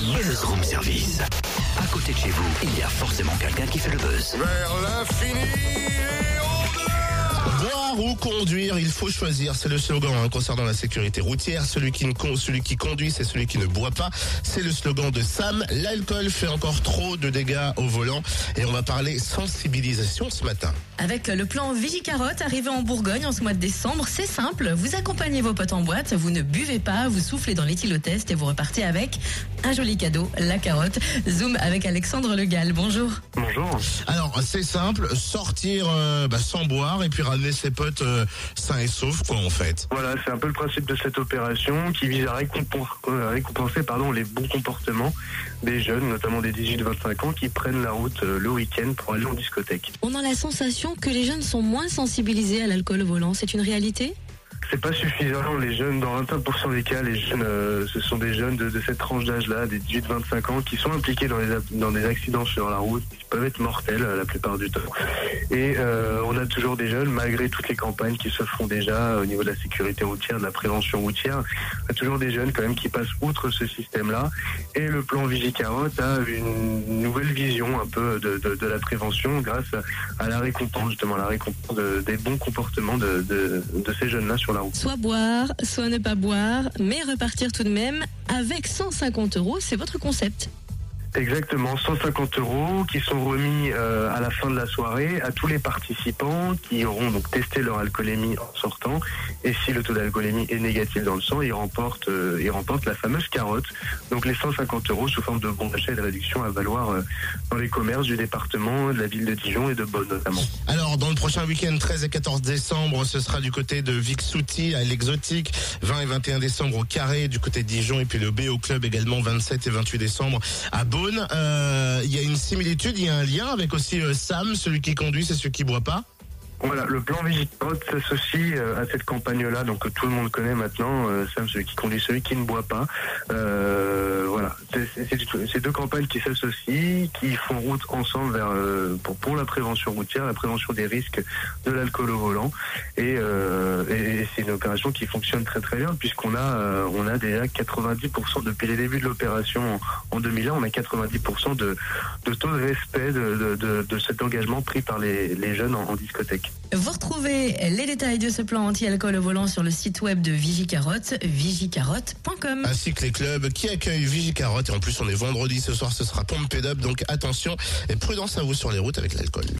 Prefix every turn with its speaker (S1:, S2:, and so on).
S1: Buzz Room Service. À côté de chez vous, il y a forcément quelqu'un qui fait le buzz.
S2: Vers l'infini et au-delà.
S3: Boire ou conduire, il faut choisir. C'est le slogan concernant la sécurité routière. Celui qui conduit, c'est celui qui ne boit pas. C'est le slogan de Sam. L'alcool fait encore trop de dégâts au volant. Et on va parler sensibilisation ce matin.
S4: Avec le plan Vigicarotte arrivé en Bourgogne en ce mois de décembre, c'est simple. Vous accompagnez vos potes en boîte, vous ne buvez pas, vous soufflez dans l'éthylotest et vous repartez avec un joli cadeau, la carotte. Zoom avec Alexandre Le Gall. Bonjour.
S5: Bonjour.
S3: Alors, c'est simple. Sortir sans boire et puis ramener ses potes sains et saufs, quoi, en fait.
S5: Voilà, c'est un peu le principe de cette opération qui vise à récompenser les bons comportements des jeunes, notamment des 18-25 ans, qui prennent la route le week-end pour aller en discothèque.
S4: On a la sensation que les jeunes sont moins sensibilisés à l'alcool au volant. C'est une réalité ?
S5: C'est pas suffisant, les jeunes, dans 21% des cas, les jeunes, ce sont des jeunes de cette tranche d'âge-là, des 18-25 ans, qui sont impliqués dans des accidents sur la route, qui peuvent être mortels la plupart du temps. Et on a toujours des jeunes, malgré toutes les campagnes qui se font déjà au niveau de la sécurité routière, de la prévention routière, on a toujours des jeunes quand même qui passent outre ce système-là. Et le plan Vigicarotte a une nouvelle vision un peu de la prévention grâce à la récompense, justement, la récompense des bons comportements de ces jeunes-là sur la route.
S4: Soit boire, soit ne pas boire, mais repartir tout de même avec 150 €, c'est votre concept.
S5: Exactement, 150 € qui sont remis à la fin de la soirée à tous les participants qui auront donc testé leur alcoolémie en sortant. Et si le taux d'alcoolémie est négatif dans le sang, ils remportent la fameuse carotte. Donc les 150 € sous forme de bons d'achat et de réduction à valoir dans les commerces du département, de la ville de Dijon et de Beaune notamment.
S3: Alors, dans le prochain week-end, 13 et 14 décembre, ce sera du côté de Vic-Souty à l'Exotique, 20 et 21 décembre au Carré du côté de Dijon, et puis le BO Club également 27 et 28 décembre à Beaune. Il y a une similitude, il y a un lien avec aussi Sam, celui qui conduit, c'est celui qui boit pas.
S5: Voilà, le plan Vigicarotte s'associe à cette campagne-là, donc que tout le monde connaît maintenant, Sam, celui qui conduit, celui qui ne boit pas. Voilà, c'est deux campagnes qui s'associent, qui font route ensemble pour la prévention routière, la prévention des risques de l'alcool au volant. Et c'est une opération qui fonctionne très très bien, puisqu'on a déjà 90% depuis les débuts de l'opération en 2001, on a 90% de taux de respect de cet engagement pris par les jeunes en discothèque.
S4: Vous retrouvez les détails de ce plan anti-alcool au volant sur le site web de Vigicarotte, vigicarotte.com.
S3: Ainsi que les clubs qui accueillent Vigicarotte. Et en plus, on est vendredi ce soir, ce sera Pump It Up. Donc attention et prudence à vous sur les routes avec l'alcool.